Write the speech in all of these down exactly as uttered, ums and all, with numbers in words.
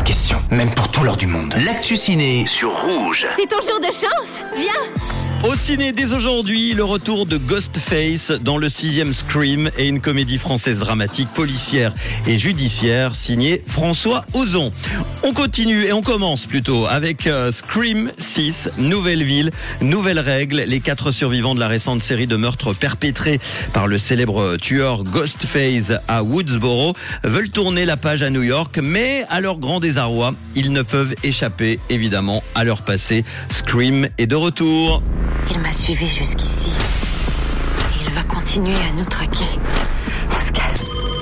question, même pour tout l'or du monde. L'actu ciné sur Rouge. C'est ton jour de chance. Viens. Au ciné dès aujourd'hui, le retour de Ghostface dans le sixième Scream et une comédie française dramatique, policière et judiciaire signée François Ozon. On continue et on commence plutôt avec euh, Scream six, Nouvelle Ville, Nouvelles Règles. Les quatre survivants de la récente série de meurtres perpétrés par le célèbre tueur Ghostface à Woodsboro veulent tourner la page à New York, mais à leur grand désarroi, ils ne peuvent échapper évidemment à leur passé. Scream est de retour. Il m'a suivi jusqu'ici. Et il va continuer à nous traquer. On se casse.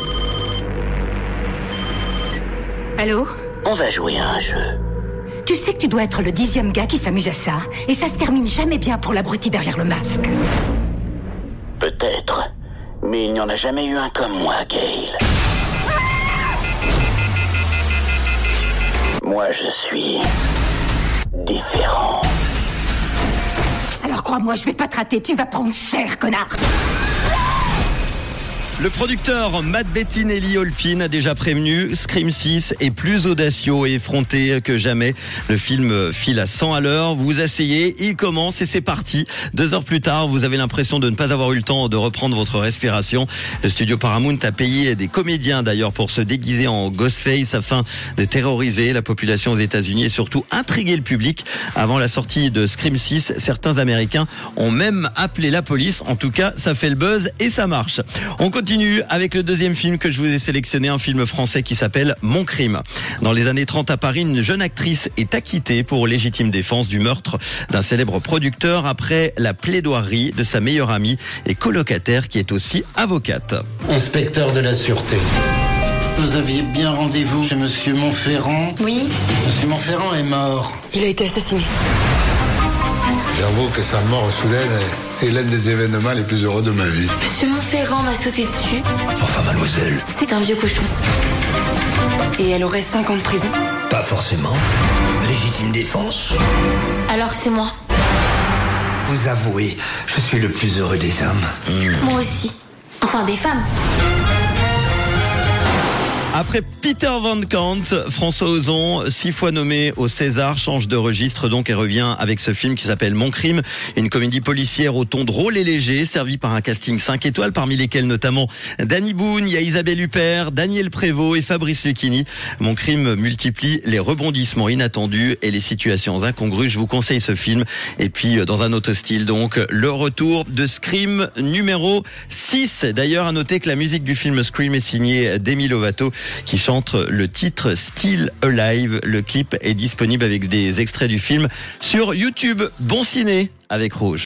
Allô? On va jouer à un jeu. Tu sais que tu dois être le dixième gars qui s'amuse à ça. Et ça se termine jamais bien pour l'abruti derrière le masque. Peut-être. Mais il n'y en a jamais eu un comme moi, Gail. Moi, je suis différent. Alors crois-moi, je vais pas te rater, tu vas prendre cher, connard. Le producteur Matt Bettinelli-Olpin a déjà prévenu, Scream six est plus audacieux et effronté que jamais. Le film file à cent à l'heure, vous vous asseyez, il commence et c'est parti. Deux heures plus tard, vous avez l'impression de ne pas avoir eu le temps de reprendre votre respiration. Le studio Paramount a payé des comédiens d'ailleurs pour se déguiser en Ghostface afin de terroriser la population aux États-Unis et surtout intriguer le public. Avant la sortie de Scream six, certains Américains ont même appelé la police. En tout cas, ça fait le buzz et ça marche. On continue avec le deuxième film que je vous ai sélectionné, un film français qui s'appelle Mon Crime. Dans les années trente à Paris, une jeune actrice est acquittée pour légitime défense du meurtre d'un célèbre producteur après la plaidoirie de sa meilleure amie et colocataire qui est aussi avocate. Inspecteur de la Sûreté. Vous aviez bien rendez-vous chez Monsieur Montferrand? Oui. Monsieur Montferrand est mort. Il a été assassiné. J'avoue que sa mort soudaine est l'un des événements les plus heureux de ma vie. Monsieur Montferrand m'a sauté dessus. Enfin, mademoiselle. C'est un vieux cochon. Et elle aurait cinq ans de prison. Pas forcément. Légitime défense. Alors c'est moi. Vous avouez, je suis le plus heureux des hommes. Mmh. Moi aussi. Enfin des femmes. Après Peter Van Kant, François Ozon, six fois nommé au César, change de registre donc et revient avec ce film qui s'appelle Mon Crime, une comédie policière au ton drôle et léger, servie par un casting cinq étoiles, parmi lesquels notamment Danny Boone, il y a Isabelle Huppert, Daniel Prévost et Fabrice Lucchini. Mon Crime multiplie les rebondissements inattendus et les situations incongrues. Je vous conseille ce film. Et puis dans un autre style donc, le retour de Scream numéro six. D'ailleurs, à noter que la musique du film Scream est signée Demi Lovato, qui chante le titre Still Alive. Le clip est disponible avec des extraits du film sur YouTube. Bon ciné avec Rouge.